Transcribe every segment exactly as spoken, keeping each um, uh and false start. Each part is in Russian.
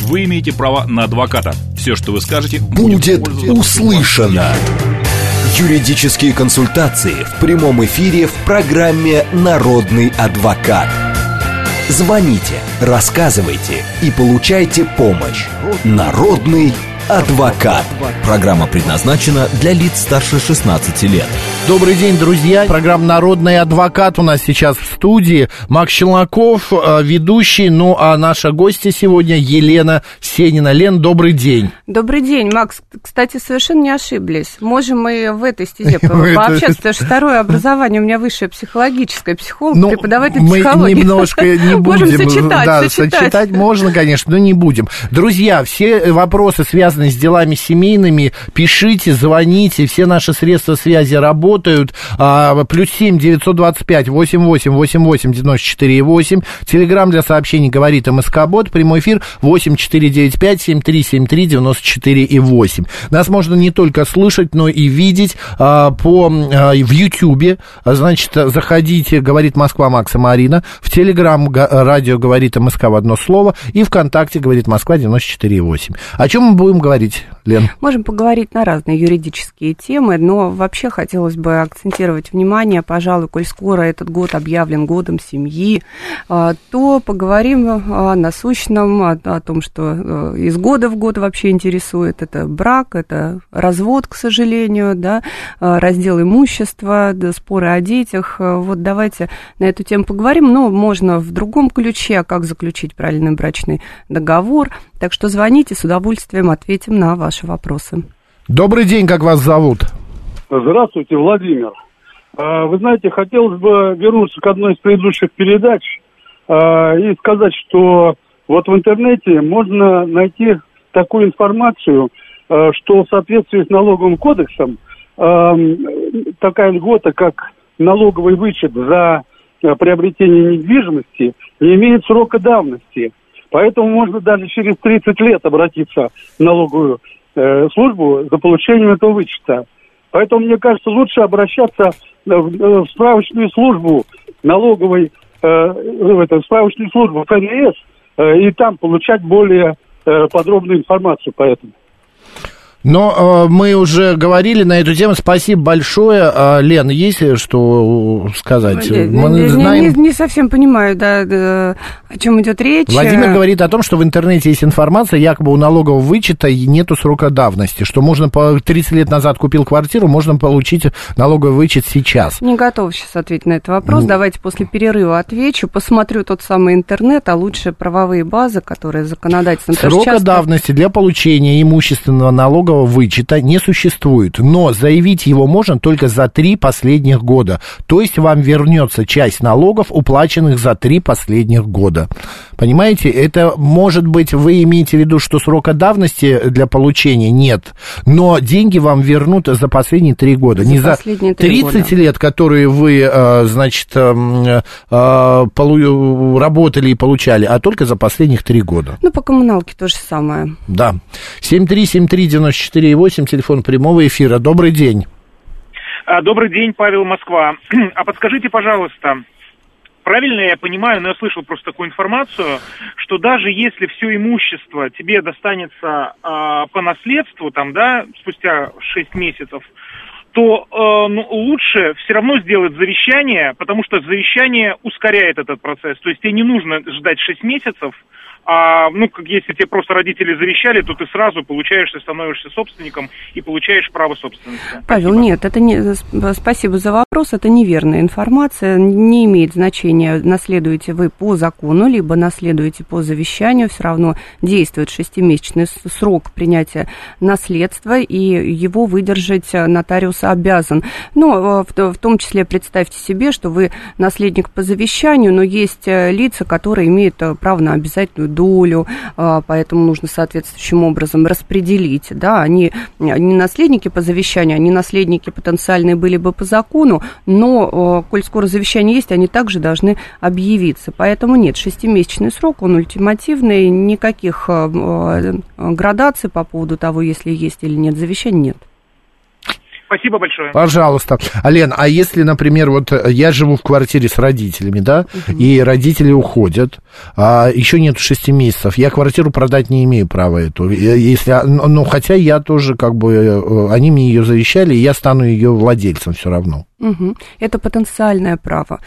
Вы имеете право на адвоката. Все, что вы скажете, будет услышано. Юридические консультации в прямом эфире в программе «Народный адвокат». Звоните, рассказывайте и получайте помощь. Народный адвокат. Программа предназначена для лиц старше шестнадцати лет. Добрый день, друзья. Программа «Народный адвокат» у нас сейчас в студии. Макс Челноков, ведущий. Ну, а наша гостья сегодня Елена Сенина. Лен, добрый день. Добрый день, Макс. Кстати, совершенно не ошиблись. Можем мы в этой стезе пообщаться, потому что второе образование у меня высшее психологическое, психолог, ну, преподаватель психологии. Мы немножко не будем. Можем сочетать, да, сочетать. Сочетать можно, конечно, но не будем. Друзья, все вопросы, связанные с делами семейными, пишите, звоните. Все наши средства связи работают. А, плюс семь девятьсот двадцать пять восемьдесят восемь восемьдесят восемь девяносто четыре восемь. Телеграм для сообщений говорит МСК-бот. Прямой эфир восемь четыре девять пять семь три семь три девяносто четыре восемь. Нас можно не только слышать, но и видеть а, по, а, в Ютьюбе. Значит, заходите, говорит Москва, Макс и Марина. В Телеграм радио говорит МСК в одно слово. И ВКонтакте говорит Москва девяносто четыре восемь. О чем мы будем говорить, Лен? Можем поговорить на разные юридические темы, но вообще хотелось бы акцентировать внимание, пожалуй, коль скоро этот год объявлен годом семьи, то поговорим о насущном, о, о том, что из года в год вообще интересует. Это брак, это развод, к сожалению, да, раздел имущества, да, споры о детях. Вот давайте на эту тему поговорим, но можно в другом ключе, как заключить правильный брачный договор. Так что звоните, с удовольствием ответим на ваши вопросы. Добрый день, как вас зовут? Здравствуйте, Владимир. Вы знаете, хотелось бы вернуться к одной из предыдущих передач и сказать, что вот в интернете можно найти такую информацию, что в соответствии с налоговым кодексом такая льгота, как налоговый вычет за приобретение недвижимости, не имеет срока давности. Поэтому можно даже через тридцать лет обратиться в налоговую службу за получением этого вычета. Поэтому, мне кажется, лучше обращаться в справочную службу налоговой, в эту справочную службу эф эн эс, и там получать более подробную информацию по этому. Но э, мы уже говорили на эту тему. Спасибо большое. А, Лен, есть что сказать? Не, мы не, знаем... не, не совсем понимаю, да, да, о чем идет речь. Владимир говорит о том, что в интернете есть информация, якобы у налогового вычета нету срока давности, что можно по тридцать лет назад купил квартиру, можно получить налоговый вычет сейчас. Не готова сейчас ответить на этот вопрос. Ну... Давайте после перерыва отвечу. Посмотрю тот самый интернет, а лучше правовые базы, которые законодательно... Срока часто... давности для получения имущественного налога вычета не существует, но заявить его можно только за три последних года. То есть вам вернется часть налогов, уплаченных за три последних года. Понимаете, это может быть, вы имеете в виду, что срока давности для получения нет, но деньги вам вернут за последние три года. За не за тридцать лет, которые вы, значит, работали и получали, а только за последних три года. Ну, по коммуналке то же самое. Да. семь три семь три девяносто четыре восемь, телефон прямого эфира. Добрый день. Добрый день, Павел, Москва. А подскажите, пожалуйста, правильно я понимаю, но я слышал просто такую информацию, что даже если все имущество тебе достанется а, по наследству, там, да, спустя шесть месяцев, то э, ну, лучше все равно сделать завещание, потому что завещание ускоряет этот процесс. То есть тебе не нужно ждать шесть месяцев, а, ну, как если тебе просто родители завещали, то ты сразу получаешь, ты становишься собственником и получаешь право собственности. Павел, спасибо. Нет, это не... Спасибо за вопрос, это неверная информация, не имеет значения, наследуете вы по закону, либо наследуете по завещанию, все равно действует шестимесячный срок принятия наследства, и его выдержать нотариус обязан. Но в, в том числе представьте себе, что вы наследник по завещанию, но есть лица, которые имеют право на обязательную долю, поэтому нужно соответствующим образом распределить. Да, они не наследники по завещанию, они наследники потенциальные были бы по закону, но, коль скоро завещание есть, они также должны объявиться. Поэтому нет, шестимесячный срок, он ультимативный, никаких градаций по поводу того, если есть или нет завещания, нет. Спасибо большое. Пожалуйста. Лен, а если, например, вот я живу в квартире с родителями, да, угу. и родители уходят, а еще нету шести месяцев, я квартиру продать не имею права эту. Если, ну, хотя я тоже, как бы, они мне ее завещали, и я стану ее владельцем все равно. Угу. Это потенциальное право.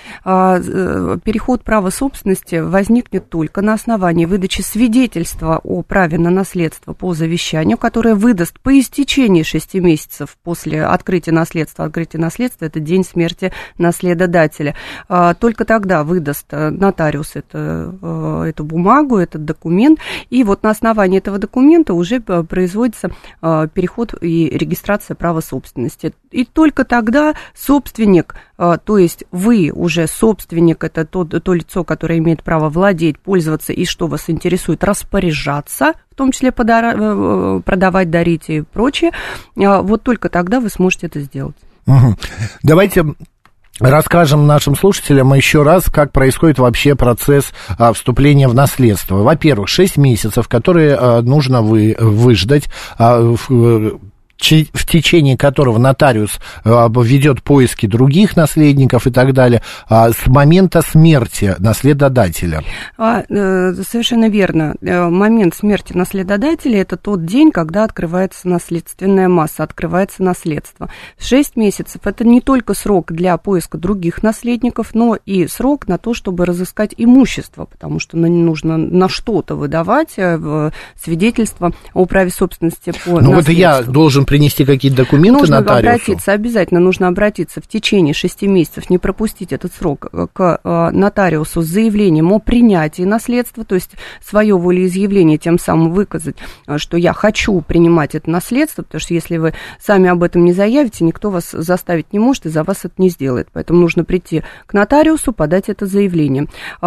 Переход права собственности возникнет только на основании выдачи свидетельства о праве на наследство по завещанию, которое выдаст по истечении шести месяцев после открытия наследства. Открытие наследства – это день смерти наследодателя. Только тогда выдаст нотариус это, эту бумагу, этот документ, и вот на основании этого документа уже производится переход и регистрация права собственности. И только тогда собственность Собственник, то есть вы уже собственник, это то, то лицо, которое имеет право владеть, пользоваться и, что вас интересует, распоряжаться, в том числе подара- продавать, дарить и прочее, вот только тогда вы сможете это сделать. Угу. Давайте расскажем нашим слушателям еще раз, как происходит вообще процесс а, вступления в наследство. Во-первых, шесть месяцев, которые а, нужно вы, выждать, а, в, в течение которого нотариус ведет поиски других наследников и так далее, с момента смерти наследодателя. Совершенно верно. Момент смерти наследодателя – это тот день, когда открывается наследственная масса, открывается наследство. Шесть месяцев – это не только срок для поиска других наследников, но и срок на то, чтобы разыскать имущество, потому что нужно на что-то выдавать свидетельство о праве собственности по наследству. Ну вот я должен принести какие-то документы нужно нотариусу? Нужно обратиться, обязательно нужно обратиться в течение шести месяцев, не пропустить этот срок, к нотариусу с заявлением о принятии наследства, то есть свое волеизъявление тем самым выказать, что я хочу принимать это наследство, потому что если вы сами об этом не заявите, никто вас заставить не может и за вас это не сделает. Поэтому нужно прийти к нотариусу, подать это заявление.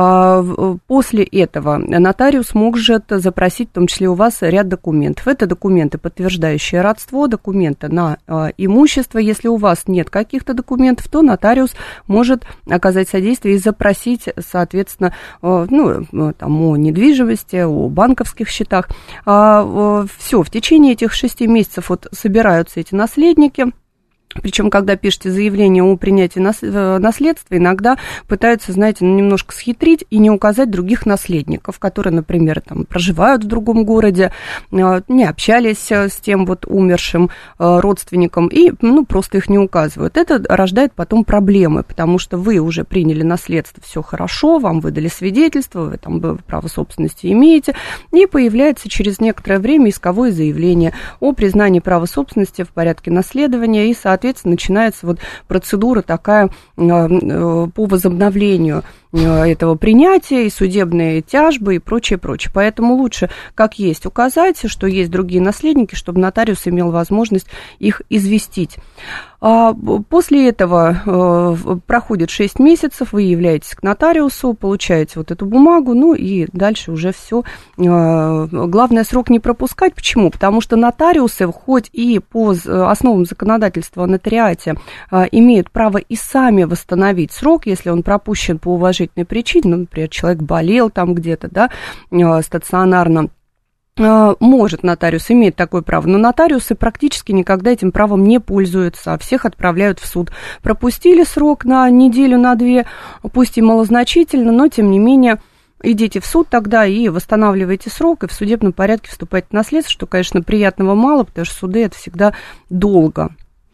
После этого нотариус может запросить, в том числе у вас, ряд документов. Это документы, подтверждающие родство, документы на э, имущество. Если у вас нет каких-то документов, то нотариус может оказать содействие и запросить, соответственно, э, ну, там, о недвижимости, о банковских счетах. Э, э, все, в течение этих шести месяцев вот собираются эти наследники. Причем, когда пишете заявление о принятии наследства, иногда пытаются, знаете, ну, немножко схитрить и не указать других наследников, которые, например, там, проживают в другом городе, не общались с тем вот умершим родственником и, ну, просто их не указывают. Это рождает потом проблемы, потому что вы уже приняли наследство, все хорошо, вам выдали свидетельство, вы там право собственности имеете, и появляется через некоторое время исковое заявление о признании права собственности в порядке наследования, и, соответственно, начинается вот процедура такая по возобновлению этого принятия, и судебные тяжбы, и прочее, прочее. Поэтому лучше, как есть, указать, что есть другие наследники, чтобы нотариус имел возможность их известить. После этого проходит шесть месяцев, вы являетесь к нотариусу, получаете вот эту бумагу, ну и дальше уже все. Главное, срок не пропускать. Почему? Потому что нотариусы, хоть и по основам законодательства о нотариате, имеют право и сами восстановить срок, если он пропущен по уважительной причине, ну, например, человек болел там где-то, да, стационарно. Может нотариус, имеет такое право, но нотариусы практически никогда этим правом не пользуются, а всех отправляют в суд. Пропустили срок на неделю, на две, пусть и малозначительно, но тем не менее идите в суд тогда и восстанавливайте срок, и в судебном порядке вступайте в наследство, что, конечно, приятного мало, потому что суды это всегда долго.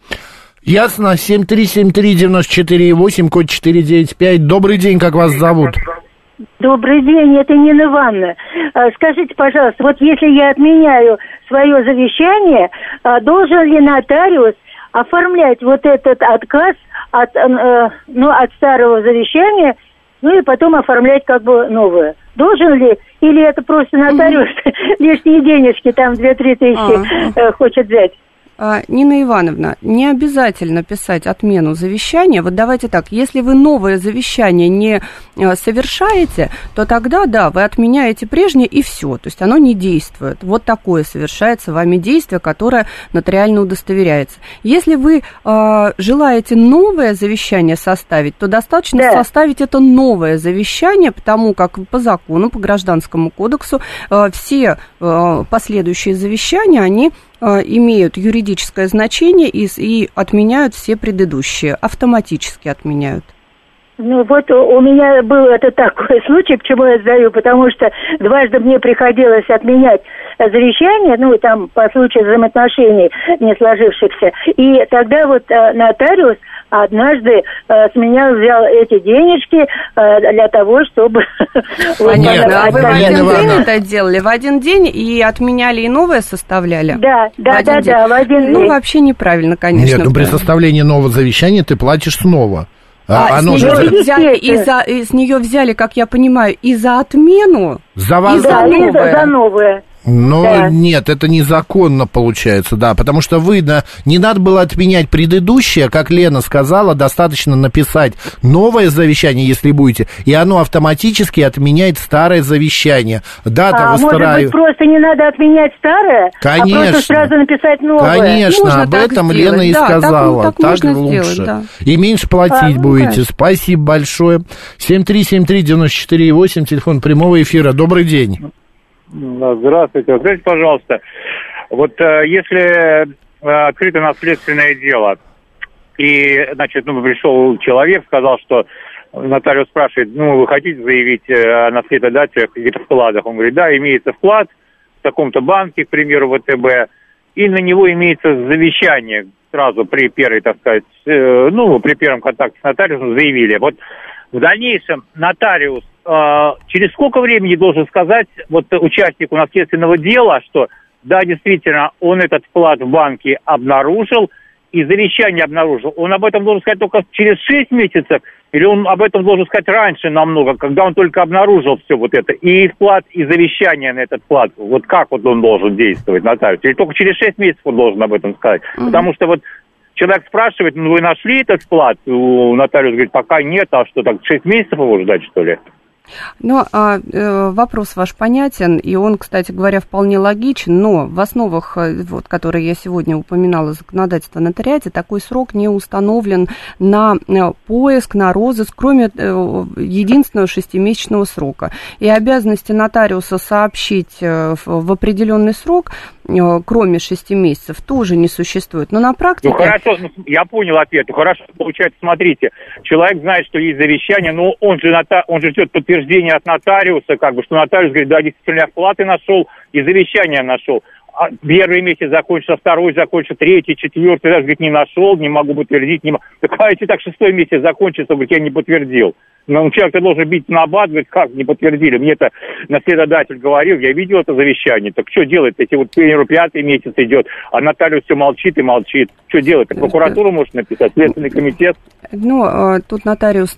Ясно. семь три семь три девяносто четыре восемь, код четыре девять пять. Добрый день, как вас зовут? Добрый день, это Нина Ивановна. Скажите, пожалуйста, вот если я отменяю свое завещание, должен ли нотариус оформлять вот этот отказ от, ну, от старого завещания, ну и потом оформлять как бы новое? Должен ли? Или это просто нотариус лишние денежки, там две-три тысячи хочет взять? Нина Ивановна, не обязательно писать отмену завещания. Вот давайте так, если вы новое завещание не совершаете, то тогда, да, вы отменяете прежнее и все, то есть оно не действует. Вот такое совершается вами действие, которое нотариально удостоверяется. Если вы э, желаете новое завещание составить, то достаточно да. составить это новое завещание, потому как по закону, по Гражданскому кодексу э, все э, последующие завещания, они имеют юридическое значение и, и отменяют все предыдущие, автоматически отменяют. Ну вот у меня был это такой случай, к чему я задаю, потому что дважды мне приходилось отменять завещание, ну там по случаю взаимоотношений не сложившихся, и тогда вот нотариус однажды с меня взял эти денежки для того, чтобы... Понятно, а вы в один день это делали, в один день и отменяли и новое составляли? Да, да, да, да, в один день. Ну вообще неправильно, конечно. Нет, ну при составлении нового завещания ты платишь снова. А, а с, нее же... взяли, и за, и с нее взяли, как я понимаю, и за отмену, за вас... и за новое. За, за новое. Но да. Нет, это незаконно получается, да, потому что вы, да, не надо было отменять предыдущее, как Лена сказала, достаточно написать новое завещание, если будете, и оно автоматически отменяет старое завещание. Дата а выстраив... может быть, просто не надо отменять старое, конечно, а просто сразу написать новое? Конечно, можно об этом сделать. Лена и да, сказала. Так, так, так лучше. Сделать, да. И меньше платить а, будете. Ну, спасибо большое. семь три семь три девять четыре восемь, телефон прямого эфира. Добрый день. Здравствуйте. Скажите, пожалуйста, вот э, если э, открыто наследственное дело, и, значит, ну, пришел человек, сказал, что нотариус спрашивает, ну, вы хотите заявить о наследодателях каких-то вкладах? Он говорит, да, имеется вклад в таком-то банке, к примеру, ВТБ, и на него имеется завещание сразу при первой, так сказать, э, ну, при первом контакте с нотариусом заявили. Вот в дальнейшем нотариус через сколько времени должен сказать вот участнику наследственного дела, что да, действительно, он этот вклад в банке обнаружил и завещание обнаружил. Он об этом должен сказать только через шесть месяцев, или он об этом должен сказать раньше намного, когда он только обнаружил все вот это, и вклад, и завещание на этот вклад. Вот как вот он должен действовать, нотариус? Или только через шесть месяцев он должен об этом сказать? Mm-hmm. Потому что вот человек спрашивает, ну вы нашли этот вклад? У нотариуса говорит, пока нет, а что, так шесть месяцев его ждать, что ли? Ну, а, э, вопрос ваш понятен, и он, кстати говоря, вполне логичен, но в основах, вот, которые я сегодня упоминала, законодательства о нотариате, такой срок не установлен на поиск, на розыск, кроме э, единственного шестимесячного срока. И обязанности нотариуса сообщить э, в, в определенный срок, э, кроме шести месяцев, тоже не существует. Но на практике... Ну, хорошо, я понял ответ. Хорошо, получается, смотрите, человек знает, что есть завещание, но он же, нота... он же ждет подтверждение от нотариуса, как бы, что нотариус говорит, да, действительно, я вклады нашел и завещание нашел. А первый месяц закончился, второй закончился, третий, четвертый, раз, говорит, не нашел, не могу подтвердить, не могу. Так, а если так шестой месяц закончится, говорит, я не подтвердил. Но человек-то должен бить на бат, говорит, как не подтвердили. Мне-то наследодатель говорил, я видел это завещание. Так что делать, если вот, к примеру, пятый месяц идет, а нотариус все молчит и молчит. Что делать? Так прокуратура может написать, Следственный комитет? Ну, тут нотариус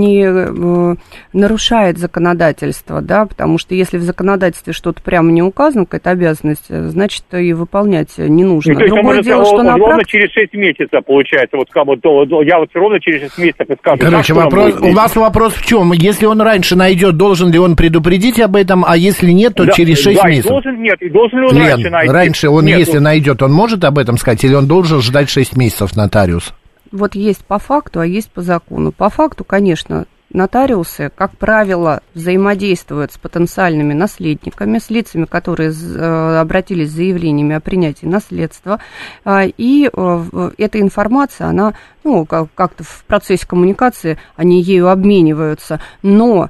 не нарушает законодательство, да, потому что если в законодательстве что-то прямо не указано, какая-то обязанность, значит, и выполнять не нужно. Ну, то есть Другое он дело, может, что он, на ровно практи... через шесть месяцев, получается, вот, вот, я вот ровно через шесть месяцев и скажу. Короче, вопрос, у вас вопрос в чем? Если он раньше найдет, должен ли он предупредить об этом, а если нет, то да, через шесть да, месяцев? Должен, нет, и должен ли он Лен, раньше найти? Раньше он, нет, если он... найдет, он может об этом сказать, или он должен ждать шесть месяцев нотариус? Вот есть по факту, а есть по закону. По факту, конечно, нотариусы, как правило, взаимодействуют с потенциальными наследниками, с лицами, которые обратились с заявлениями о принятии наследства, и эта информация, она, ну, как-то в процессе коммуникации они ею обмениваются, но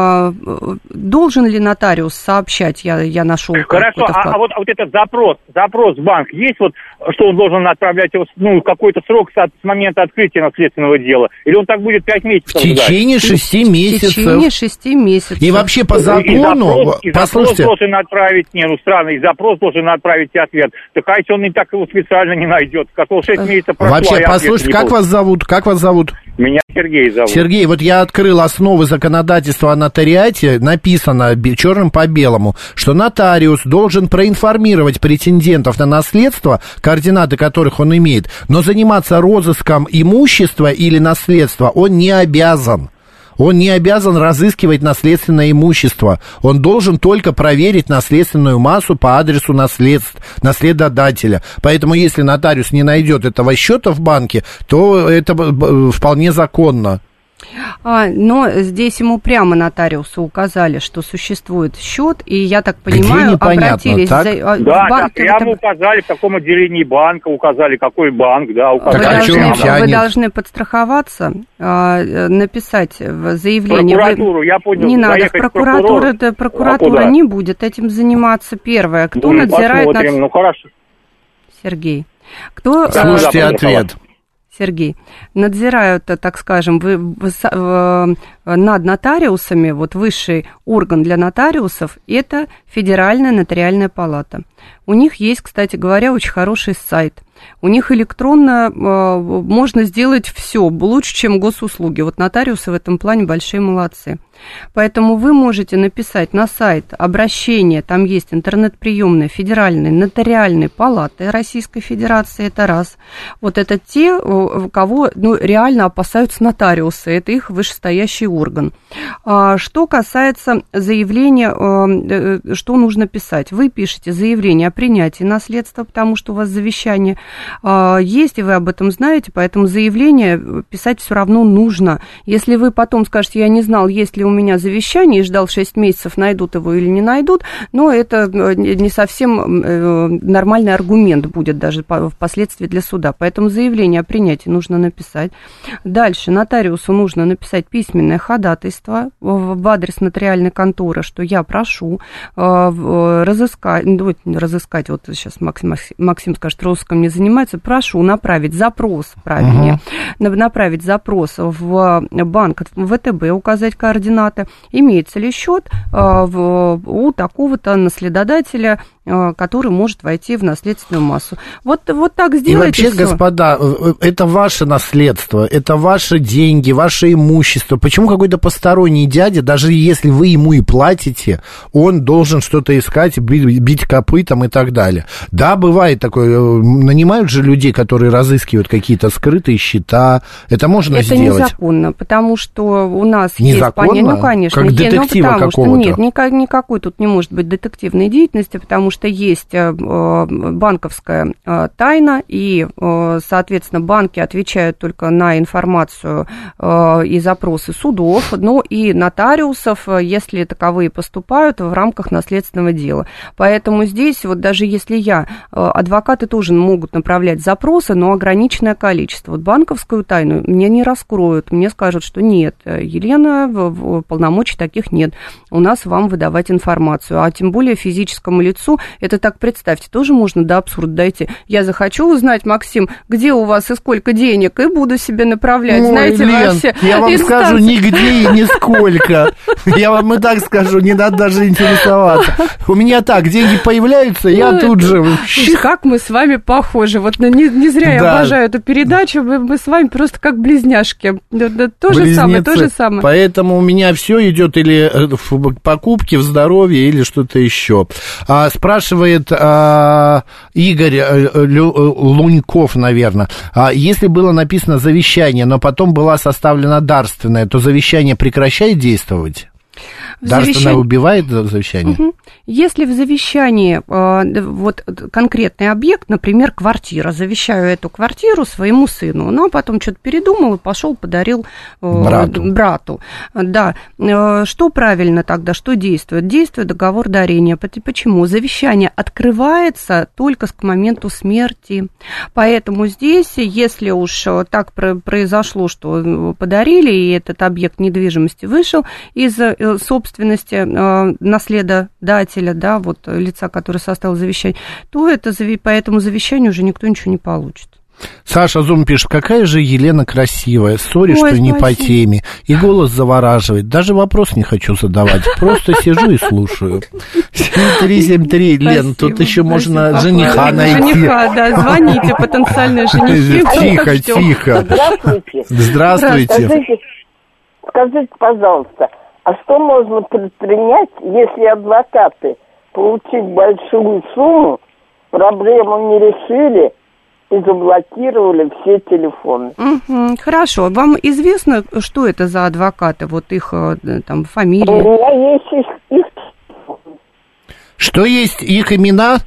должен ли нотариус сообщать, я, я нашел... Хорошо, а, а, вот, а вот этот запрос, запрос в банк, есть вот, что он должен отправлять его, ну, какой-то срок с, с момента открытия наследственного дела, или он так будет пять месяцев в течение ждать? шести месяцев. В течение шести месяцев. И вообще по закону... И запрос, и послушайте... запрос должен отправить... Не, ну странно, и запрос должен отправить и ответ. Так а если он и так его специально не найдет? Как шесть месяцев прошло, вообще, послушайте, как вас зовут? Как вас зовут? Меня Сергей зовут. Сергей, вот я открыл основы законодательства о нотариате, написано черным по белому, что нотариус должен проинформировать претендентов на наследство, координаты которых он имеет, но заниматься розыском имущества или наследства он не обязан. Он не обязан разыскивать наследственное имущество. Он должен только проверить наследственную массу по адресу наследств, наследодателя. Поэтому, если нотариус не найдет этого счета в банке, то это вполне законно. А, но здесь ему прямо нотариусы указали, что существует счет, и я так понимаю, обратились так? за, да, в банк. прямо это... указали, в каком отделении банка, указали, какой банк, да, указали. Вы, должны, вы должны подстраховаться, э, написать заявление. Прокуратуру, вы... я понял. Не надо, в прокуратуру, это прокуратура а не будет этим заниматься. Первое, кто ну, надзирает над... Ну, хорошо. Сергей. Кто... Слушайте э... ответ. Сергей, надзирают, так скажем, вы, вы, э, над нотариусами, вот высший орган для нотариусов, это Федеральная нотариальная палата. У них есть, кстати говоря, очень хороший сайт. У них электронно э, можно сделать все лучше, чем госуслуги. Вот нотариусы в этом плане большие молодцы. Поэтому вы можете написать на сайт обращение, там есть интернет-приемная Федеральной нотариальной палаты Российской Федерации, это раз. Вот это те, кого ну, реально опасаются нотариусы, это их вышестоящий орган. А, что касается заявления, э, что нужно писать? Вы пишете заявление о принятии наследства, потому что у вас завещание э, есть, и вы об этом знаете, поэтому заявление писать все равно нужно. Если вы потом скажете, я не знал, есть ли у меня завещание, и ждал шесть месяцев, найдут его или не найдут, но это не совсем нормальный аргумент будет даже впоследствии для суда. Поэтому заявление о принятии нужно написать. Дальше нотариусу нужно написать письменное ходатайство в адрес нотариальной конторы, что я прошу разыскать, ну, разыскать, вот сейчас Максим, Максим скажет, розыском не занимается, прошу направить запрос, правильнее, uh-huh. направить запрос в банк ВТБ, указать координаты, имеется ли счет э, в, у такого-то наследодателя, э, который может войти в наследственную массу. Вот, вот так сделайте. И вообще, всё. Господа, это ваше наследство, это ваши деньги, ваше имущество. Почему какой-то посторонний дядя, даже если вы ему и платите, он должен что-то искать, бить, бить копытом и так далее? Да, бывает такое. Нанимают же людей, которые разыскивают какие-то скрытые счета. Это можно это сделать? Это незаконно, потому что у нас незаконно? есть понятие. Ну, конечно, как есть, детектива ну, потому какого-то. Что, нет, никак, никакой тут не может быть детективной деятельности, потому что есть э, банковская э, тайна, и, э, соответственно, банки отвечают только на информацию э, и запросы судов, но и нотариусов, если таковые поступают в рамках наследственного дела. Поэтому здесь, вот даже если я, э, адвокаты тоже могут направлять запросы, но ограниченное количество. Вот банковскую тайну мне не раскроют, мне скажут, что нет, Елена, в полномочий таких нет. У нас вам выдавать информацию. А тем более физическому лицу, это так представьте, тоже можно до абсурда дойти. Я захочу узнать, Максим, где у вас и сколько денег, и буду себе направлять. Ой, знаете, Лен, вообще. Я вам инстанции. скажу, нигде и нисколько. Я вам и так скажу, не надо даже интересоваться. У меня так, деньги появляются, я тут же... Как мы с вами похожи. Вот не, не зря я обожаю эту передачу, мы с вами просто как близняшки. То же самое, то же самое. Поэтому у меня все идет или в покупке, в здоровье, или что-то еще. А, спрашивает а, Игорь Луньков, наверное, а, если было написано завещание, но потом была составлена дарственная, то завещание прекращает действовать? Дарственное завещание... убивает завещание? Угу. Если в завещании э, вот конкретный объект, например, квартира, завещаю эту квартиру своему сыну, но потом что-то передумал и пошел, подарил э, брату. брату. Да. Э, что правильно тогда, что действует? Действует договор дарения. Почему? Завещание открывается только к моменту смерти. Поэтому здесь, если уж так произошло, что подарили, и этот объект недвижимости вышел из собственности э, наследодателя, да, вот лица, который составил завещание, то это, по этому завещанию уже никто ничего не получит. Саша Зум пишет, какая же Елена красивая, сори, Ой, что не спасибо. по теме, и голос завораживает, даже вопрос не хочу задавать, просто сижу и слушаю. семь три семь три, Лен, тут еще можно жениха найти. Жениха, да, звоните, потенциальные женихи. Тихо, тихо. Здравствуйте. Здравствуйте. Скажите, скажите, пожалуйста, а что можно предпринять, если адвокаты, получив большую сумму, проблему не решили и заблокировали все телефоны? Угу, хорошо. Вам известно, что это за адвокаты, вот их там фамилии? У меня есть их, их... Что есть их имена?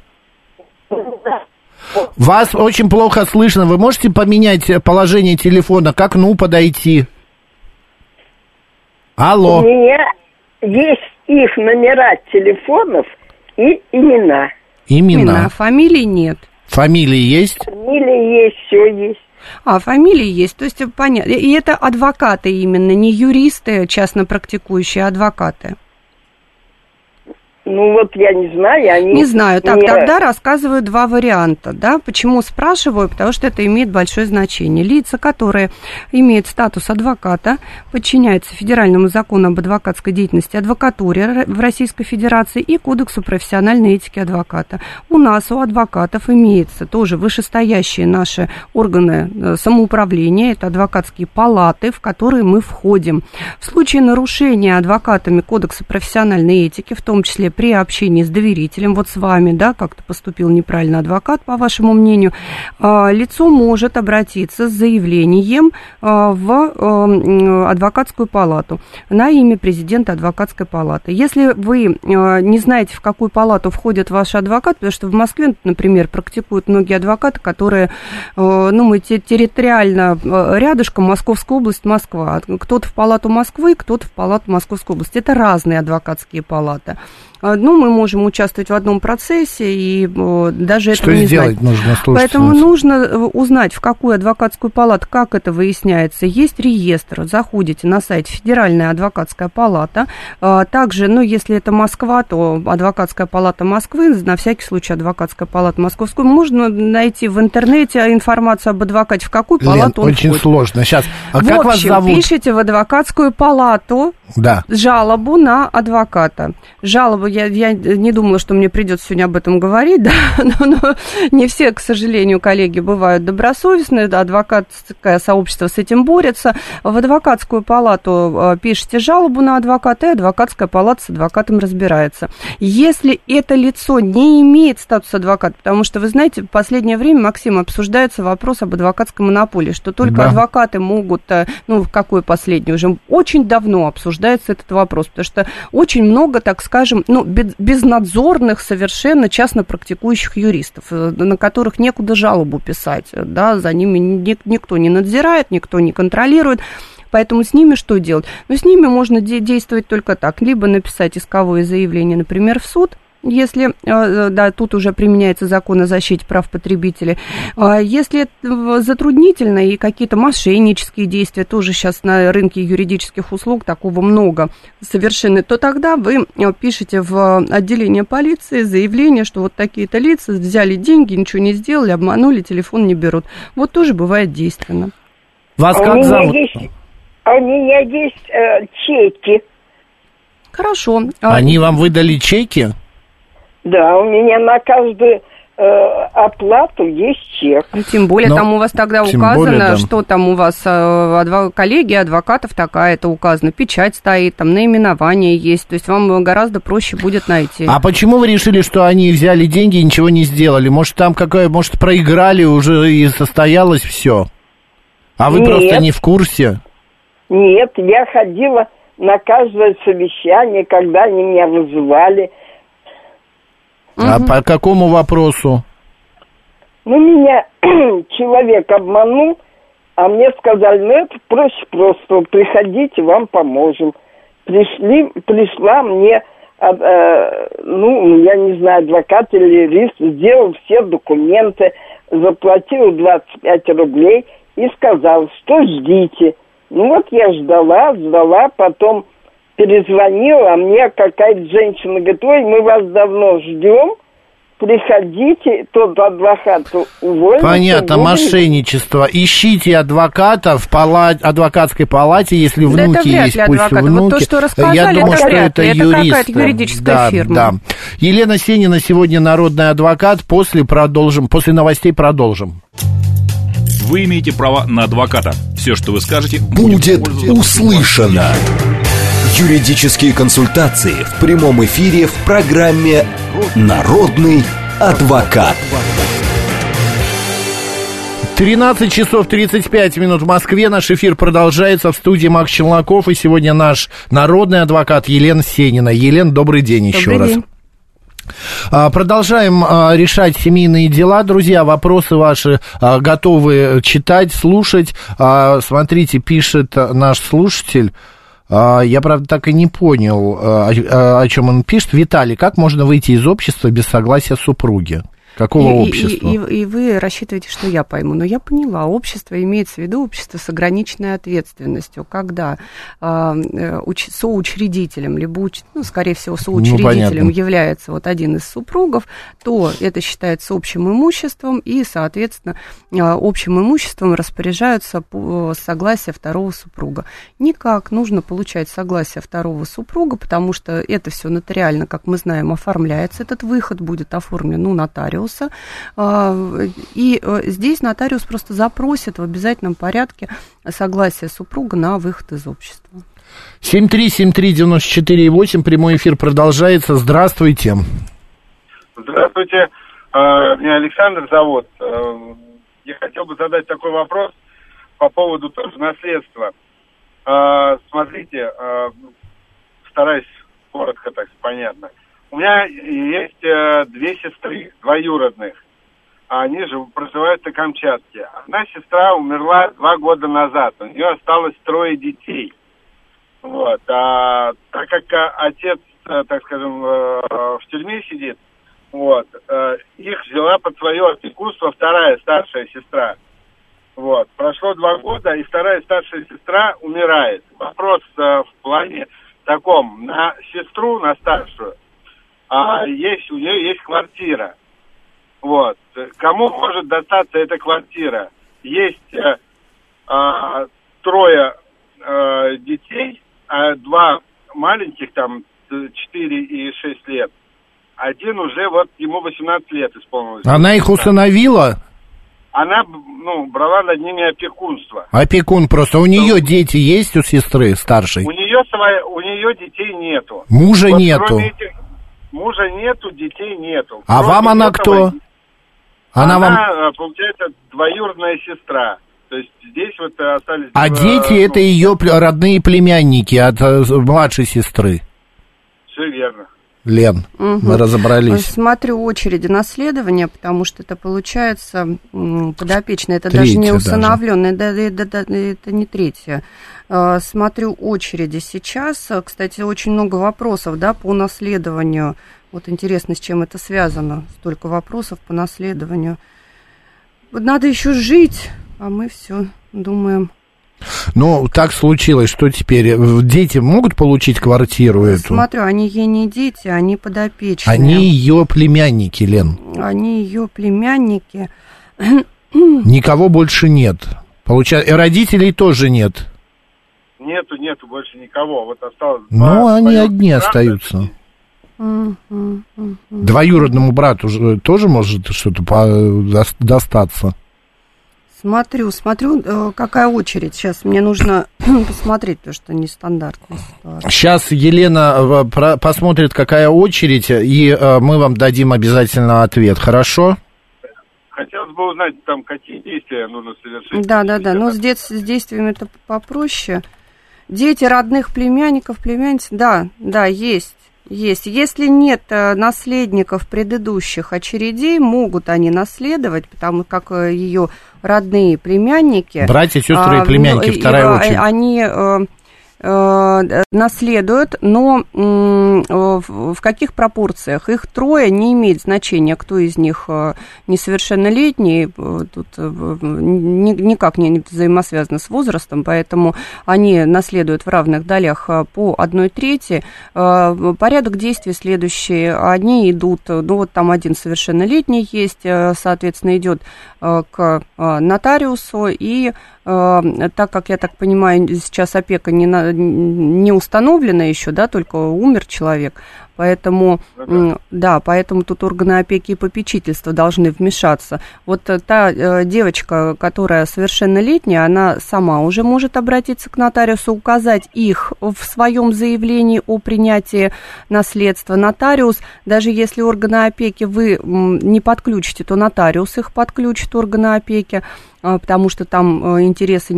Вас очень плохо слышно. Вы можете поменять положение телефона? К окну подойти? Алло. У меня есть их номера телефонов и имена. Имена. Имена, фамилии нет. Фамилии есть? Фамилия есть, все есть. А, фамилии есть, то есть понятно. И это адвокаты именно, не юристы, частно практикующие, а адвокаты. Ну вот я не знаю, они... Не знаю, так, мне... тогда рассказываю два варианта, да, почему спрашиваю, потому что это имеет большое значение. Лица, которые имеют статус адвоката, подчиняются федеральному закону об адвокатской деятельности, адвокатуре в Российской Федерации и Кодексу профессиональной этики адвоката. У нас, у адвокатов, имеются тоже вышестоящие наши органы самоуправления, это адвокатские палаты, в которые мы входим. В случае нарушения адвокатами Кодекса профессиональной этики, в том числе при общении с доверителем, вот с вами, да, как-то поступил неправильно адвокат, по вашему мнению, лицо может обратиться с заявлением в адвокатскую палату на имя президента адвокатской палаты. Если вы не знаете, в какую палату входит ваш адвокат, потому что в Москве, например, практикуют многие адвокаты, которые, ну, мы территориально рядышком, Московская область, Москва. Кто-то в палату Москвы, кто-то в палату Московской области. Это разные адвокатские палаты. Ну, мы можем участвовать в одном процессе и о, даже что этого не сделать знать. Нужно Поэтому нужно узнать, в какую адвокатскую палату, как это выясняется. Есть реестр, заходите на сайт Федеральная адвокатская палата. Также, ну, если это Москва, то адвокатская палата Москвы, на всякий случай адвокатская палата Московскую. Можно найти в интернете информацию об адвокате, в какую палату Лен, он очень входит. сложно. Сейчас, а в как общем, вас зовут? Пишите в адвокатскую палату, да, жалобу на адвоката. Жалобу, я, я не думала, что мне придется сегодня об этом говорить, да, но, но не все, к сожалению, коллеги бывают добросовестные, да, адвокатское сообщество с этим борется. В адвокатскую палату пишите жалобу на адвоката, и адвокатская палата с адвокатом разбирается. Если это лицо не имеет статуса адвоката, потому что, вы знаете, в последнее время, Максим, обсуждается вопрос об адвокатской монополии, что только да. адвокаты могут, ну, какой последний, уже очень давно обсуждается этот вопрос, потому что очень много, так скажем, ну, безнадзорных совершенно частно практикующих юристов, на которых некуда жалобу писать, да, за ними никто не надзирает, никто не контролирует. Поэтому с ними что делать? Ну, с ними можно де- действовать только так. Либо написать исковое заявление, например, в суд, если, да, тут уже применяется закон о защите прав потребителей. Если это затруднительно и какие-то мошеннические действия, тоже сейчас на рынке юридических услуг такого много совершены, то тогда вы пишете в отделение полиции заявление, что вот такие-то лица взяли деньги, ничего не сделали, обманули, телефон не берут. Вот тоже бывает действенно. Вас а как у зовут? Есть, а у меня есть э, чеки. Хорошо. Они вам выдали чеки? Да, у меня на каждую э, оплату есть чек. Ну, тем более, Но, там у вас тогда указано, более, да. что там у вас э, адв... коллегия адвокатов такая-то указана, печать стоит, там наименование есть, то есть вам гораздо проще будет найти. А почему вы решили, что они взяли деньги и ничего не сделали? Может, там какое, может, проиграли уже и состоялось все? А вы Нет. просто не в курсе? Нет, я ходила на каждое совещание, когда они меня вызывали. А угу. по какому вопросу? Ну, меня человек обманул, а мне сказали, ну, это проще просто, приходите, вам поможем. Пришли, пришла мне, э, ну, я не знаю, адвокат или юрист, сделал все документы, заплатил двадцать пять рублей и сказал, что ждите. Ну, вот я ждала, ждала, потом... перезвонила, а мне какая-то женщина говорит, ой, мы вас давно ждем, приходите, тот адвокат уволился. Понятно, будем... мошенничество. Ищите адвоката в палате, адвокатской палате, если да внуки есть, пусть адвокат. внуки. Вот то, что рассказали, Я думаю, это что вряд это ли. юрист. Это какая-то юридическая да, фирма. Да. Елена Сенина сегодня народный адвокат. После продолжим, после новостей продолжим. Вы имеете право на адвоката. Все, что вы скажете, будет услышано. Юридические консультации в прямом эфире в программе «Народный адвокат». тринадцать часов тридцать пять минут в Москве. Наш эфир продолжается. В студии Макс Челноков. И сегодня наш народный адвокат Елена Сенина. Елена, добрый день еще добрый раз. День. Продолжаем решать семейные дела. Друзья, вопросы ваши готовы читать, слушать. Смотрите, пишет наш слушатель. Я, правда, так и не понял, о, о чем он пишет. Виталий, как можно выйти из общества без согласия супруги? Какого и, общества? И, и, и вы рассчитываете, что я пойму. Но я поняла, общество имеется в виду общество с ограниченной ответственностью, когда э, уч, соучредителем, либо, уч, ну, скорее всего, соучредителем ну, является вот один из супругов, то это считается общим имуществом, и, соответственно, э, общим имуществом распоряжаются по согласию второго супруга. Никак нужно получать согласие второго супруга, потому что это все нотариально, как мы знаем, оформляется. Этот выход будет оформлен у нотариуса. И здесь нотариус просто запросит в обязательном порядке согласие супруга на выход из общества. семь три семь три девяносто четыре восемь, прямой эфир продолжается. Здравствуйте. Здравствуйте, меня Александр зовут. Я хотел бы задать такой вопрос по поводу тоже наследства. Смотрите, стараюсь коротко, так понятно. У меня есть э, две сестры двоюродных. Они же проживают на Камчатке. Одна сестра умерла два года назад. У нее осталось трое детей. Вот. А так как отец, э, так скажем, э, в тюрьме сидит, вот, э, их взяла под свое опекунство вторая старшая сестра. Вот. Прошло два года, и вторая старшая сестра умирает. Вопрос э, в плане таком. На сестру, на старшую, А есть, у нее есть квартира. Вот. Кому может достаться эта квартира? Есть э, э, трое э, детей, а два маленьких, там, четыре и шесть лет. Один уже, вот, ему восемнадцать лет исполнилось. Она их усыновила? Она, ну, брала над ними опекунство. Опекун просто. У нее ну, дети есть у сестры старшей? У нее, своя, у нее детей нету. Мужа вот нету? Этих, мужа нету, детей нету. А кроме вам она этого, кто? Она, она вам... получается, двоюродная сестра. То есть здесь вот остались... А э, дети ну, это ее родные племянники от младшей сестры? Все верно. Лен, угу. Мы разобрались. Смотрю очереди наследования, потому что это получается подопечное, это третья даже не усыновленное, да, да, да, это не третье. Смотрю очереди сейчас. Кстати, очень много вопросов, да, по наследованию. Вот интересно, с чем это связано. Столько вопросов по наследованию. Вот надо еще жить, а мы все думаем. Ну, так случилось, что теперь дети могут получить квартиру эту? Смотрю, они ей не дети, они подопечные. Они ее племянники, Лен. Они ее племянники. Никого больше нет. Получается, и родителей тоже нет. Нету, нету больше никого. Вот осталось. Ну, они одни брата. Остаются. Uh-huh, uh-huh. Двоюродному брату тоже может что-то достаться? Смотрю, смотрю, какая очередь. Сейчас мне нужно посмотреть, потому что нестандартная ситуация. Сейчас Елена посмотрит, какая очередь, и мы вам дадим обязательно ответ. Хорошо? Хотелось бы узнать, там, какие действия нужно совершить. Да, да, да. Но с, дет- с действиями это попроще. Дети родных племянников, племянниц, да, да, есть. Есть. Если нет наследников предыдущих очередей, могут они наследовать, потому как ее родные племянники... Братья, сестры и племянники, а, вторая очередь. Они э, э, наследуют, но э, в каких пропорциях? Их трое, не имеет значения, кто из них несовершеннолетний, тут никак не взаимосвязано с возрастом, поэтому они наследуют в равных долях по одной трети. Порядок действий следующий. Одни идут, ну вот там один совершеннолетний есть, соответственно, идет к нотариусу, и так как, я так понимаю, сейчас опека не, на, не установлена еще, да, только умер человек, поэтому, ну, да. да, поэтому тут органы опеки и попечительства должны вмешаться. Вот та девочка, которая совершеннолетняя, она сама уже может обратиться к нотариусу, указать их в своем заявлении о принятии наследства. Нотариус, даже если органы опеки вы не подключите, то нотариус их подключит, органы опеки, потому что там интересы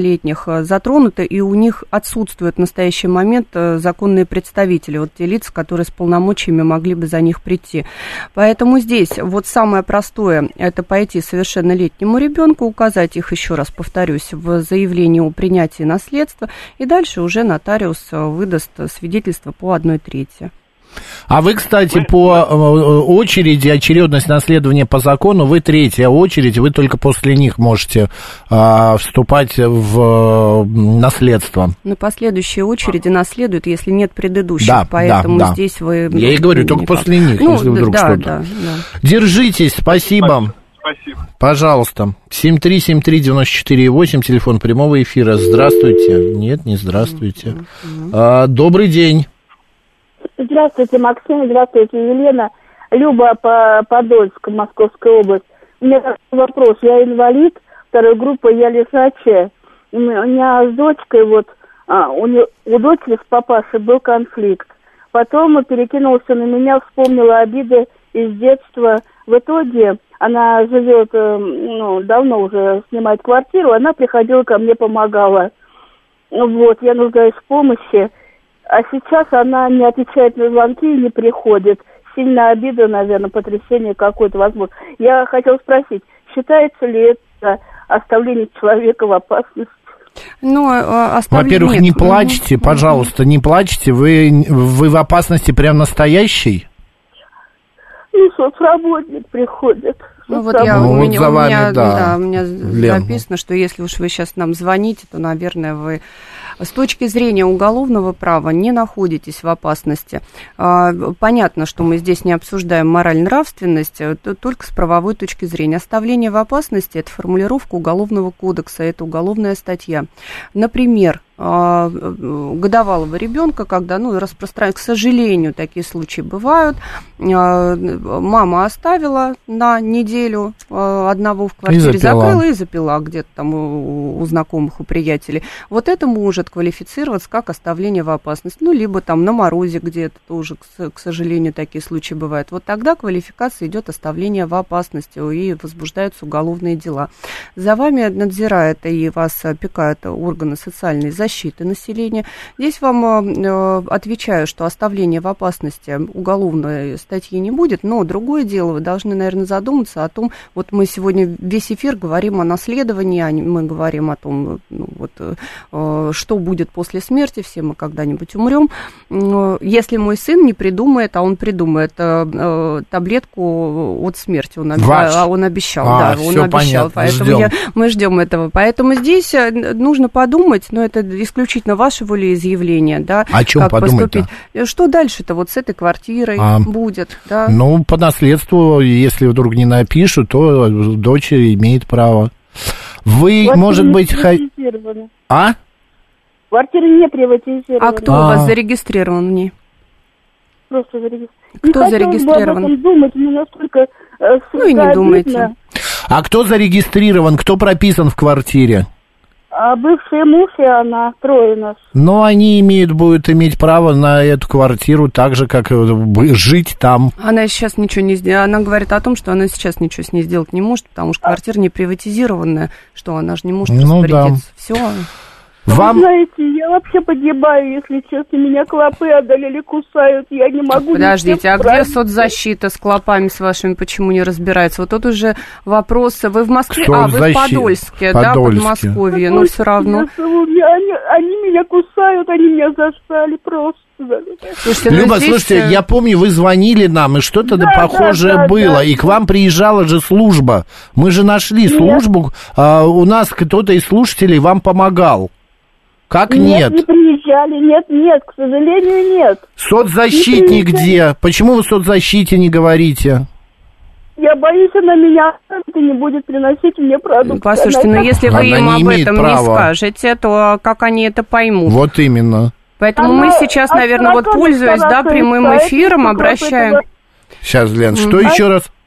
несовершеннолетних затронуты, и у них отсутствуют в настоящий момент законные представители, вот те лица, которые которые с полномочиями могли бы за них прийти. Поэтому здесь вот самое простое – это пойти совершеннолетнему ребенку, указать их, еще раз повторюсь, в заявлении о принятии наследства, и дальше уже нотариус выдаст свидетельство по одной трети. А вы, кстати, по очереди, очередность наследования по закону, вы третья очередь, вы только после них можете а, вступать в наследство. На последующей очереди наследуют, если нет предыдущих, да, поэтому да, да. здесь вы... Я и говорю, только никак. После них, ну, если вдруг да, что-то. Да, да. Держитесь, спасибо. Спасибо. Пожалуйста. семь три семь три девять четыре восемь, телефон прямого эфира. Здравствуйте. Нет, не здравствуйте. Mm-hmm. А, добрый день. Здравствуйте, Максим, здравствуйте, Елена. Люба, по Подольск, Московская область. У меня такой вопрос. Я инвалид второй группы, я лежачая. У меня с дочкой, вот, а, у, не, у дочери с папашей был конфликт. Потом перекинулся на меня, вспомнила обиды из детства. В итоге она живет, ну, давно уже снимает квартиру, она приходила ко мне, помогала. Вот, я нуждаюсь в помощи. А сейчас она не отвечает на звонки и не приходит. Сильная обида, наверное, потрясение какое-то возможно. Я хотела спросить, считается ли это оставление человека в опасности? Ну, во-первых, нет. не плачьте, пожалуйста, не плачьте. Вы, вы в опасности прям настоящей? Ну, соцработник приходит. Ну, вот я, ну, у, вот меня, за у, вами, меня, да. Да, у меня Лен. записано, что если уж вы сейчас нам звоните, то, наверное, вы с точки зрения уголовного права не находитесь в опасности. Понятно, что мы здесь не обсуждаем мораль-нравственность, только с правовой точки зрения. Оставление в опасности – это формулировка Уголовного кодекса, это уголовная статья. Например, годовалого ребенка, когда, ну, распространяют, к сожалению, такие случаи бывают, мама оставила на неделю одного в квартире, и закрыла и запила где-то там у, у знакомых, у приятелей. Вот это может квалифицироваться как оставление в опасности. Ну, либо там на морозе где-то тоже, к, к сожалению, такие случаи бывают. Вот тогда квалификация идет оставление в опасности, и возбуждаются уголовные дела. За вами надзирает и вас опекают органы социальной защиты, защиты населения. Здесь вам э, отвечаю, что оставление в опасности уголовной статьи не будет, но другое дело, вы должны, наверное, задуматься о том, вот мы сегодня весь эфир говорим о наследовании, мы говорим о том, ну, вот, э, что будет после смерти, все мы когда-нибудь умрем. Э, если мой сын не придумает, а он придумает э, э, таблетку от смерти, он, а, он обещал, а, да, он обещал, понятно, поэтому ждем. Я, мы ждем этого. Поэтому здесь нужно подумать, но это исключительно ваше волеизъявление, да, о чем как подумать-то? Поступить. Что дальше-то вот с этой квартирой а, будет, да? Ну, по наследству, если вдруг не напишут, то дочь имеет право. Вы, Квартира может быть... Ха... А? Квартира не приватизирована. А кто а. у вас зарегистрирован в ней? Просто зарегистрирован. Кто не зарегистрирован? Об этом думать, мне настолько... Э, ну и не думайте. А кто зарегистрирован, кто прописан в квартире? А бывший муж и она, трое нас. Но они имеют, будут иметь право на эту квартиру так же, как жить там. Она сейчас ничего не сделала. Она говорит о том, что она сейчас ничего с ней сделать не может, потому что квартира не приватизированная, что она же не может ну, распорядиться. Да. Все. Вам... Вы знаете, я вообще погибаю, если честно. Меня клопы одолели, кусают, я не могу... Подождите, а где соцзащита с клопами с вашими, почему не разбирается? Вот тут уже вопрос. Вы в Москве? А, вы в Подольске, да, Подмосковье, но все равно... Они, они меня кусают, они меня застали просто. Слушайте, Люба, здесь... слушайте, я помню, вы звонили нам, и что-то да, похожее да, было, да, и к вам приезжала же служба. Мы же нашли нет. службу, а, у нас кто-то из слушателей вам помогал. Как нет? Нет, не приезжали, нет, нет, к сожалению, нет. Соцзащитник где? Почему вы в соцзащите не говорите? Я боюсь, она меня и не будет приносить мне продукты. Послушайте, но если вы им об этом права. не скажете, то как они это поймут? Вот именно. Поэтому она, мы сейчас, наверное, вот пользуясь, да, прямым эфиром, обращаем... Сейчас, Лен, что mm-hmm. еще раз?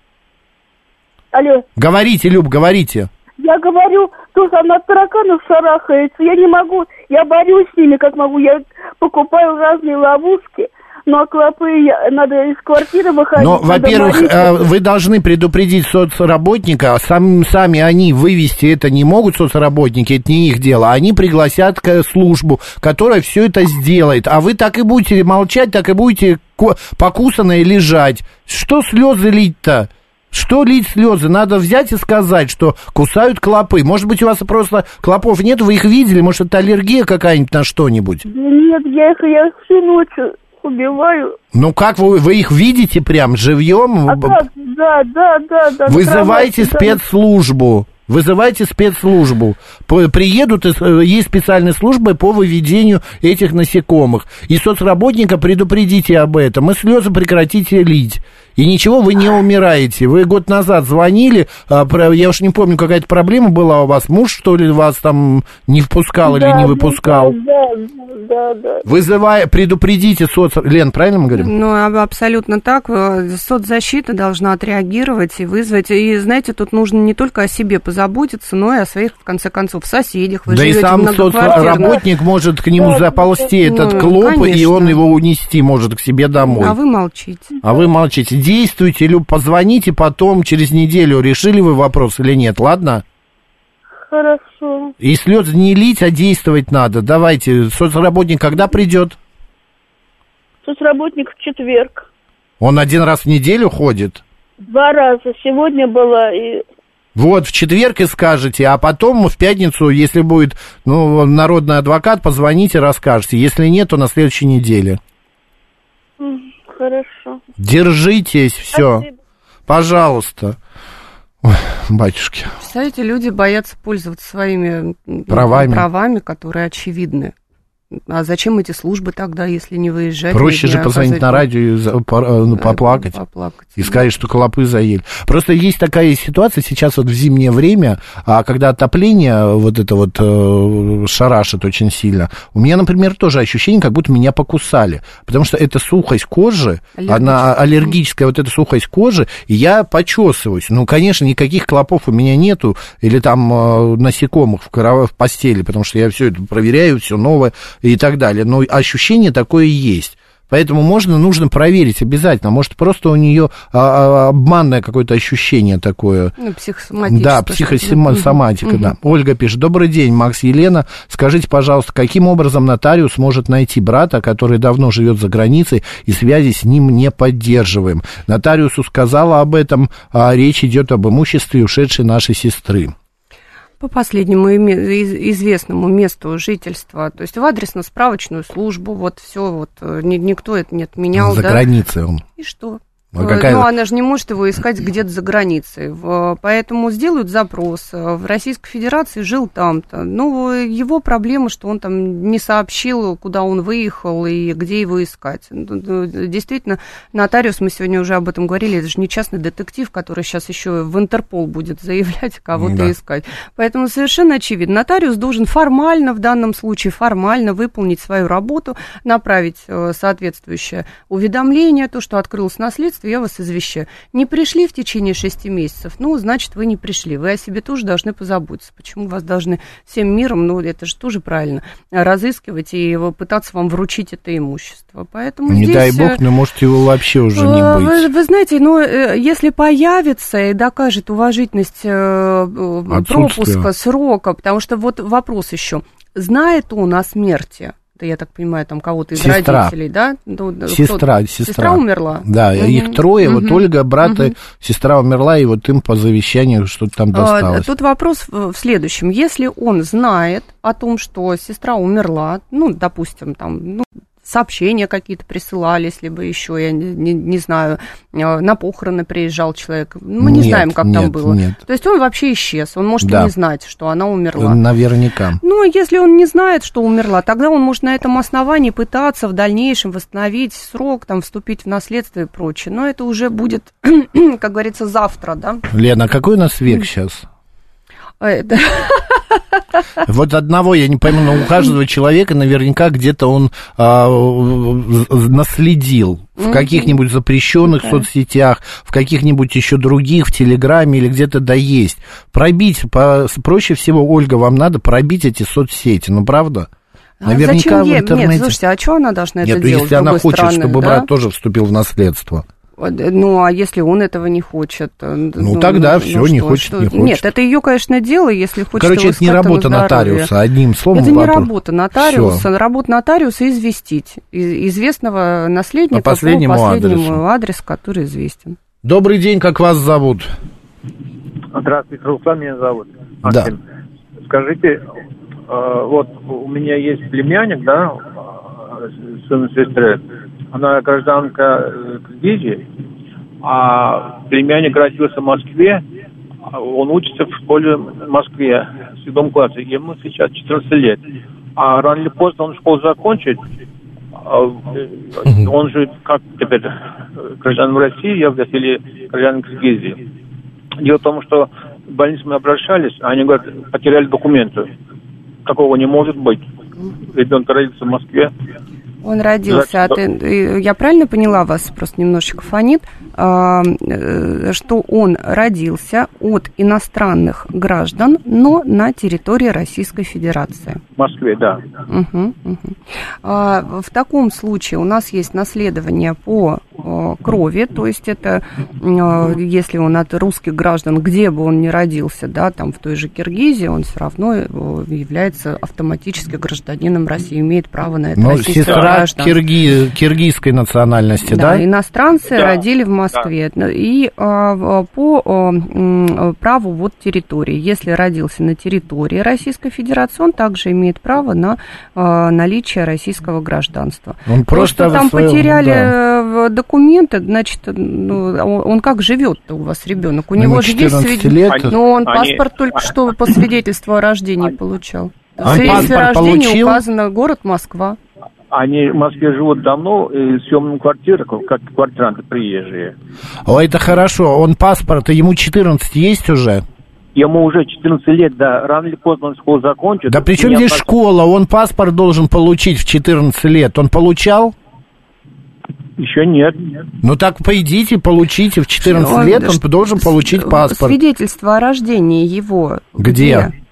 Алло. Говорите, Люб, говорите. Я говорю, что она от тараканов шарахается, я не могу, я борюсь с ними как могу, я покупаю разные ловушки, Ну, а клопы, я- надо из квартиры выходить. Но, надо во-первых, молиться. э, вы должны предупредить соцработника, сам, сами они вывести это не могут, соцработники, это не их дело, они пригласят к- службу, которая все это сделает, а вы так и будете молчать, так и будете ко- покусанные лежать. Что слезы лить-то? Что лить слезы? Надо взять и сказать, что кусают клопы. Может быть, у вас просто клопов нет, вы их видели, может, это аллергия какая-нибудь на что-нибудь? Да нет, я их, я их всю ночь убиваю. Ну как вы, вы их видите прям живьем? А как? Да, да, да, да. Вызывайте на кровати, да. спецслужбу. Вызывайте спецслужбу. По- Приедут, и- есть специальные службы по выведению этих насекомых. И соцработника предупредите об этом. И слезы прекратите лить. И ничего, вы не умираете. Вы год назад звонили, а, про- я уж не помню, какая-то проблема была у вас. Муж, что ли, вас там не впускал Да, или не да, выпускал? Да, да, да. Вызывая, предупредите соц... Лен, правильно мы говорим? Ну, аб- абсолютно так. Э, Соцзащита должна отреагировать и вызвать. И, знаете, тут нужно не только о себе позаботиться, но и о своих, в конце концов, соседях. Вы Да и живете в сам многоквартирном. соцработник может к нему заползти этот Ну, клоп, и конечно. он его унести может к себе домой. А вы молчите. А вы молчите. Действуйте, или позвоните потом, через неделю, решили вы вопрос или нет, ладно? Хорошо. И слезы не лить, а действовать надо. Давайте, соцработник когда придет? Соцработник в четверг. Он один раз в неделю ходит? Два раза. Сегодня была и... Вот, в четверг и скажете, а потом в пятницу, если будет, ну, народный адвокат, позвоните, расскажете. Если нет, то на следующей неделе. М, Хорошо. Держитесь, все. Спасибо. Пожалуйста. Ой, батюшки. Представляете, люди боятся пользоваться своими м, Правами. правами, которые очевидны. А зачем эти службы тогда, если не выезжать? Проще не же позвонить оказывать- на радио и за- по- ну, поплакать. Поплакать. И сказать, что клопы заели. Просто есть такая ситуация сейчас вот в зимнее время, а когда отопление вот это вот э, шарашит очень сильно, у меня, например, тоже ощущение, как будто меня покусали. Потому что это сухость кожи, она аллергическая вот эта сухость кожи, и я почесываюсь. Ну, конечно, никаких клопов у меня нету, или там э, насекомых в, коров- в постели, потому что я все это проверяю, все новое и так далее. Но ощущение такое есть. Поэтому можно, нужно проверить обязательно. Может, просто у нее а, а, обманное какое-то ощущение такое. Ну, психосоматическое. Да, психосоматика, да. Ольга пишет: добрый день, Макс, Елена. Скажите, пожалуйста, каким образом нотариус может найти брата, который давно живет за границей, и связи с ним не поддерживаем? Нотариусу сказала об этом, а речь идет об имуществе ушедшей нашей сестры. По последнему име- из- известному месту жительства, то есть в адресно-справочную службу, вот все, вот ни- никто это не отменял. За да? границей он. И что? А какая... Ну, она же не может его искать где-то за границей. В- Поэтому сделают запрос. В Российской Федерации жил там-то. Ну, его проблема, что он там не сообщил, куда он выехал и где его искать. Ну, действительно, нотариус, мы сегодня уже об этом говорили, это же не частный детектив, который сейчас еще в Интерпол будет заявлять, кого-то Да. искать. Поэтому совершенно очевидно, нотариус должен формально, в данном случае формально выполнить свою работу, направить э, соответствующее уведомление, то, что открылось наследство, я вас извещаю. Не пришли в течение шести месяцев, ну, значит, вы не пришли. Вы о себе тоже должны позаботиться. Почему вас должны всем миром, ну, это же тоже правильно, разыскивать и пытаться вам вручить это имущество. Поэтому Не здесь... дай бог, но может его вообще уже не Э, быть. Вы, вы знаете, ну, э, если появится и докажет уважительность э, э, Отсутствие. пропуска, срока, потому что вот вопрос еще, знает он о смерти? Да, я так понимаю, там кого-то из Сестра. родителей, да? Ну, да, Сестра, кто- сестра. Сестра умерла? Да, Мгм. их трое, вот Мгм. Ольга, брат, и Мгм. сестра умерла, и вот им по завещанию что-то там А, досталось. Тут вопрос в в следующем. Если он знает о том, что сестра умерла, ну, допустим, там, ну, сообщения какие-то присылались, либо еще, я не, не- не знаю, э, на похороны приезжал человек. Мы не Нет, знаем, как там нет, было. нет. То есть он вообще исчез, он может Да. и не знать, что она умерла. Наверняка. Ну, если он не знает, что умерла, тогда он может на этом основании пытаться в дальнейшем восстановить срок, там, вступить в наследство и прочее. Но это уже будет, как говорится, завтра, да? Лена, а какой у нас век сейчас? Это... Вот одного я не пойму, но у каждого человека наверняка где-то он а, наследил в Мгм. каких-нибудь запрещенных Да. соцсетях, в каких-нибудь еще других, в Телеграме или где-то да есть. Пробить, по, проще всего, Ольга, вам надо пробить эти соцсети, ну правда? Наверняка а зачем в ей? интернете... Нет, слушайте, а что она должна Нет, это ну, делать? если она хочет, стороны, чтобы да? брат тоже вступил в наследство. Ну, а если он этого не хочет? Ну, ну тогда ну, все, ну, не что, хочет, что? не хочет. Нет, это ее, конечно, дело, если хочет. Короче, это не работа нотариуса, одним словом. Это не работа нотариуса. Все. Работа нотариуса известить известного наследника по последнему, по последнему адресу. адресу, который известен. Добрый день, как вас зовут? Здравствуйте, Руслан меня зовут. Максим. Да. Скажите, вот у меня есть племянник, да, сын и сестры. Она гражданка Киргизии, а племянник родился в Москве, он учится в школе в Москве, в седьмом классе, ему сейчас четырнадцать лет. А рано или поздно он школу закончит, он же как теперь гражданин России является или гражданин Киргизии. Дело в том, что в больницу мы обращались, а они говорят, потеряли документы. Такого не может быть. Ребенок родился в Москве. Он родился, а ты, я правильно поняла вас, просто немножечко фонит, что он родился от иностранных граждан, но на территории Российской Федерации. В Москве, да. Угу, угу. В таком случае у нас есть наследование по крови, то есть это если он от русских граждан, где бы он ни родился, да, там в той же Киргизии, он все равно является автоматически гражданином России, имеет право на это но российское сестра гражданство. Кирги... киргизской национальности, да? Да, иностранцы да. родили в Москве. Да. И а, по а, праву вот территории, если родился на территории Российской Федерации, он также имеет право на а, наличие российского гражданства. Он просто То, что там своем, потеряли да. документы, значит, ну, он, он как живет-то у вас ребенок? У ему него же есть свидетельство. Но он они... паспорт только что по свидетельству о рождении получал. Он в свидетельстве о рождении получил? указано город Москва. Они в Москве живут давно, и съемные квартиры, как квартиранты приезжие. О, это хорошо. Он паспорт, ему четырнадцать есть уже? Ему уже четырнадцать лет, да. Рано или поздно он школу закончит. Да при чем здесь паспорт... школа? Он паспорт должен получить в четырнадцать лет. Он получал? Еще нет. Ну так пойдите, получите. В четырнадцать он, лет он ш... должен получить паспорт. Свидетельство о рождении его. Где? Где?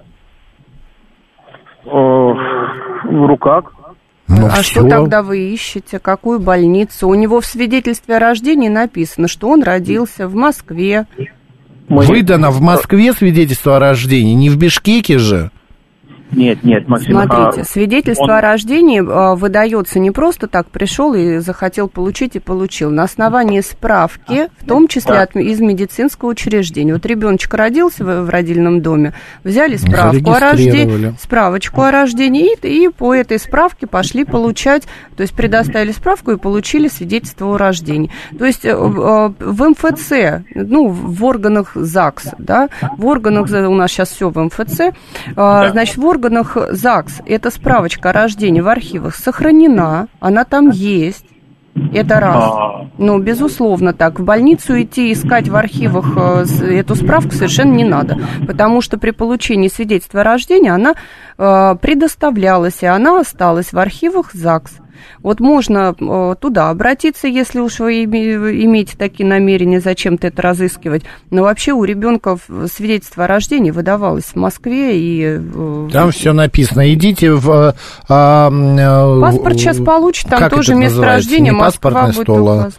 О, в руках. Ну, а все. Что тогда вы ищете? Какую больницу? У него в свидетельстве о рождении написано, что он родился в Москве. Выдано в Москве свидетельство о рождении, не в Бишкеке же. Нет, нет, Максим. Смотрите, а, свидетельство он... о рождении а, выдается не просто так, пришел и захотел получить и получил. На основании справки, в том числе да. от, из медицинского учреждения. Вот ребеночек родился в, в родильном доме, взяли справку о рождении, справочку о рождении и, и по этой справке пошли получать, то есть предоставили справку и получили свидетельство о рождении. То есть в эм эф цэ, ну, в органах ЗАГС, да, в органах, у нас сейчас все в эм эф цэ, да. значит, в органах В органах ЗАГС эта справочка о рождении в архивах сохранена, она там есть, это раз. Ну, безусловно так. В больницу идти искать в архивах эту справку совершенно не надо, потому что при получении свидетельства о рождении она э, предоставлялась, и она осталась в архивах ЗАГС. Вот можно э, туда обратиться, если уж вы име, имеете такие намерения зачем-то это разыскивать. Но вообще у ребенка свидетельство о рождении выдавалось в Москве. И, э, там все написано. Идите в... А, а, паспорт сейчас получит, там тоже место рождения. Москва будет указана.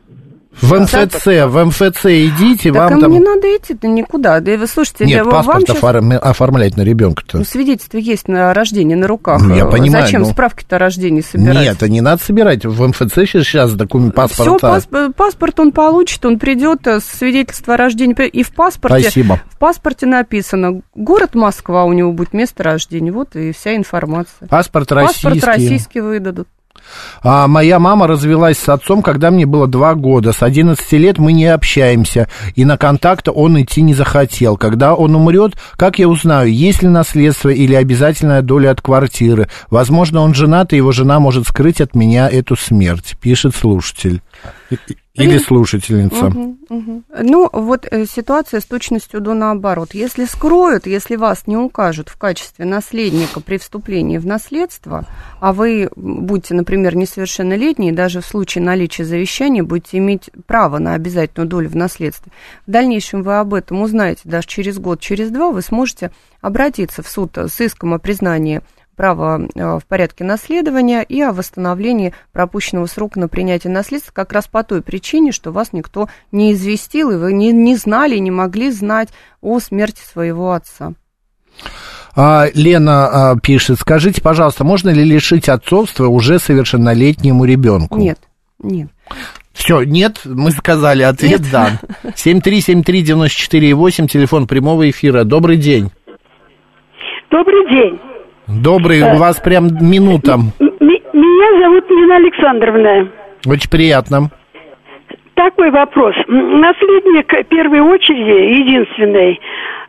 В эм эф цэ, в эм эф цэ идите, так вам там... не надо идти-то никуда. Да вы слушайте, нет, вам паспорт сейчас... оформ... оформлять на ребенка-то. Ну, свидетельство есть на рождение на руках. Я понимаю. Зачем ну... справки-то о рождении собирать? Нет, не надо собирать. В эм эф цэ сейчас документ паспорта. Все, паспорт, паспорт он получит, он придет с свидетельством о рождении. И в паспорте... Спасибо. В паспорте написано, город Москва, у него будет место рождения. Вот и вся информация. Паспорт российский. Паспорт российский выдадут. А моя мама развелась с отцом, когда мне было два года. С одиннадцати лет мы не общаемся, и на контакт он идти не захотел. Когда он умрет, как я узнаю, есть ли наследство или обязательная доля от квартиры? Возможно, он женат, и его жена может скрыть от меня эту смерть, пишет слушатель. Или слушательница. Угу, угу. Ну, вот э, ситуация с точностью до наоборот. Если скроют, если вас не укажут в качестве наследника при вступлении в наследство, а вы будете, например, несовершеннолетние, даже в случае наличия завещания будете иметь право на обязательную долю в наследстве, в дальнейшем вы об этом узнаете даже через год, через два, вы сможете обратиться в суд с иском о признании права в порядке наследования и о восстановлении пропущенного срока на принятие наследства как раз по той причине, что вас никто не известил, и вы не, не знали, не могли знать о смерти своего отца. А, Лена а, пишет, скажите, пожалуйста, можно ли лишить отцовства уже совершеннолетнему ребенку? Нет, нет. Все, нет, мы сказали, ответ нет. дан. семь три семь три девять четыре восемь, телефон прямого эфира. Добрый день. Добрый день. Добрый, у вас прям минута. М- меня зовут Нина Александровна. Очень приятно. Такой вопрос. Наследник первой очереди, единственный,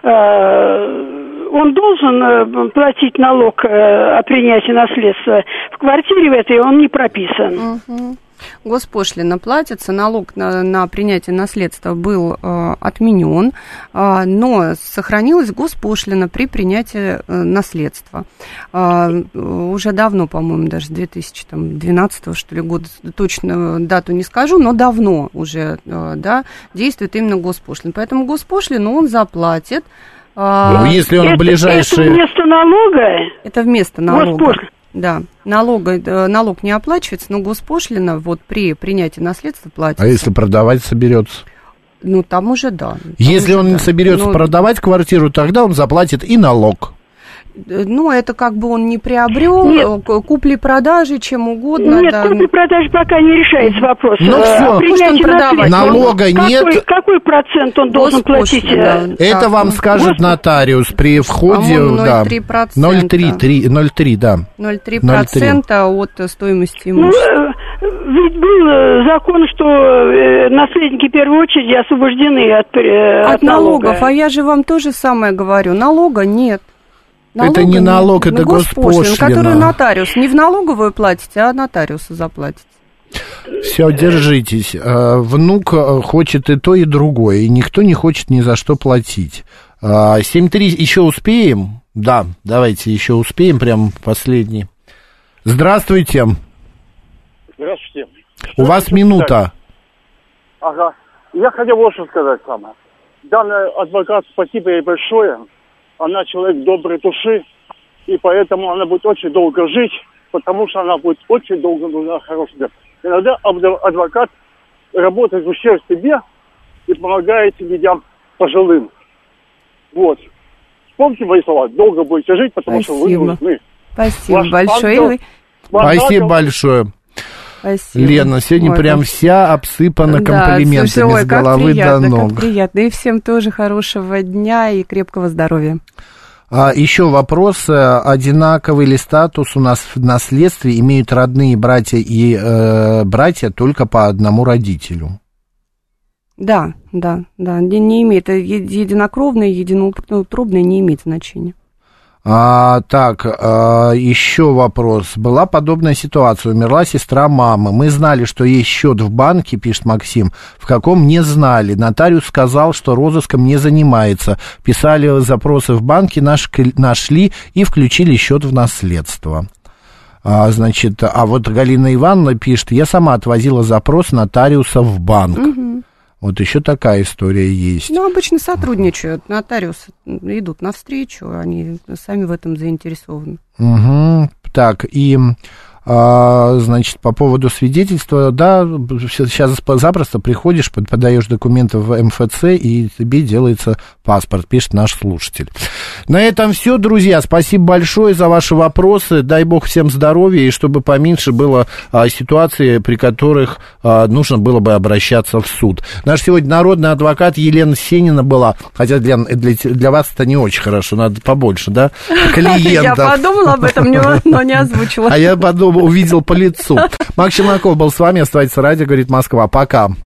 он должен платить налог о принятии наследства. В квартире в этой он не прописан. Угу. Госпошлина платится, налог на, на принятие наследства был э, отменен, э, но сохранилась госпошлина при принятии э, наследства. Э, уже давно, по-моему, даже две тысячи двенадцатого, что ли, года, точно дату не скажу, но давно уже э, да, действует именно госпошлина. Поэтому госпошлину он заплатит. Э, ну, если он это, ближайший... Это вместо налога? Это вместо налога. Госпошлина. Да, налога, налог не оплачивается, но госпошлина вот при принятии наследства платится. А если продавать соберется? Ну, там уже да. Там если уже он да. соберется но... продавать квартиру, тогда он заплатит и налог. Ну, это как бы он не приобрел, купли-продажи, чем угодно. Нет, да. купли-продажи пока не решается вопрос. Ну, все, принятие продавать. Налога какой, нет. Какой процент он должен платить? Да. Это так. вам скажет Госп... нотариус при входе. ноль целых три процента. Да. ноль целых три десятых, ноль целых три, да. ноль целых три процента от стоимости имущества. Ну, ведь был закон, что наследники первой очереди освобождены от, от, от налогов. А я же вам то же самое говорю. Налога нет. Налога это не налог, нет, это госпошлина. Которую нотариус. Не в налоговую платите, а нотариусу заплатите. Все, держитесь. Внук хочет и то, и другое. И никто не хочет ни за что платить. семь три еще успеем? Да, давайте еще успеем, прям последний. Здравствуйте. Здравствуйте. У вас что минута. Ага. Я хотел вот что сказать самое. Данный адвокат, спасибо ей большое. Она человек доброй души, и поэтому она будет очень долго жить, потому что она будет очень долго нужна хорошая. Иногда адвокат работает в ущерб себе и помогает людям пожилым. Вот. Вспомните мои слова. Долго будете жить, потому Спасибо. что вы нужны. Спасибо Ваш большое. ангел, Спасибо ангел. большое. Спасибо. Лена, сегодня ой, прям вся обсыпана комплиментами, да, слушай, ой, с головы приятно, до ног. Как приятно. И всем тоже хорошего дня и крепкого здоровья. А, еще вопрос. Одинаковый ли статус у нас в наследстве имеют родные братья и э, братья только по одному родителю? Да, да, да. Не, не имеет. Единокровные, единоутробные не имеет значения. А, так, а, еще вопрос. Была подобная ситуация. Умерла сестра мамы. Мы знали, что есть счет в банке, пишет Максим, в каком не знали. Нотариус сказал, что розыском не занимается. Писали запросы в банке, нашли и включили счет в наследство. А, значит, а вот Галина Ивановна пишет, я сама отвозила запрос нотариуса в банк. Угу. Вот еще такая история есть. Ну, обычно сотрудничают, нотариусы идут навстречу, они сами в этом заинтересованы. Угу. Так, и, а, значит, по поводу свидетельства, да, сейчас запросто приходишь, подаешь документы в эм эф цэ, и тебе делается паспорт, пишет наш слушатель. На этом все, друзья. Спасибо большое за ваши вопросы. Дай бог всем здоровья, и чтобы поменьше было а, ситуаций, при которых а, нужно было бы обращаться в суд. Наш сегодня народный адвокат Елена Сенина была, хотя для, для, для вас это не очень хорошо, надо побольше, да, клиентов. Я подумала об этом, но не озвучила. А я подумал, увидел по лицу. Макс Челноков был с вами, оставайтесь в радио, говорит Москва. Пока.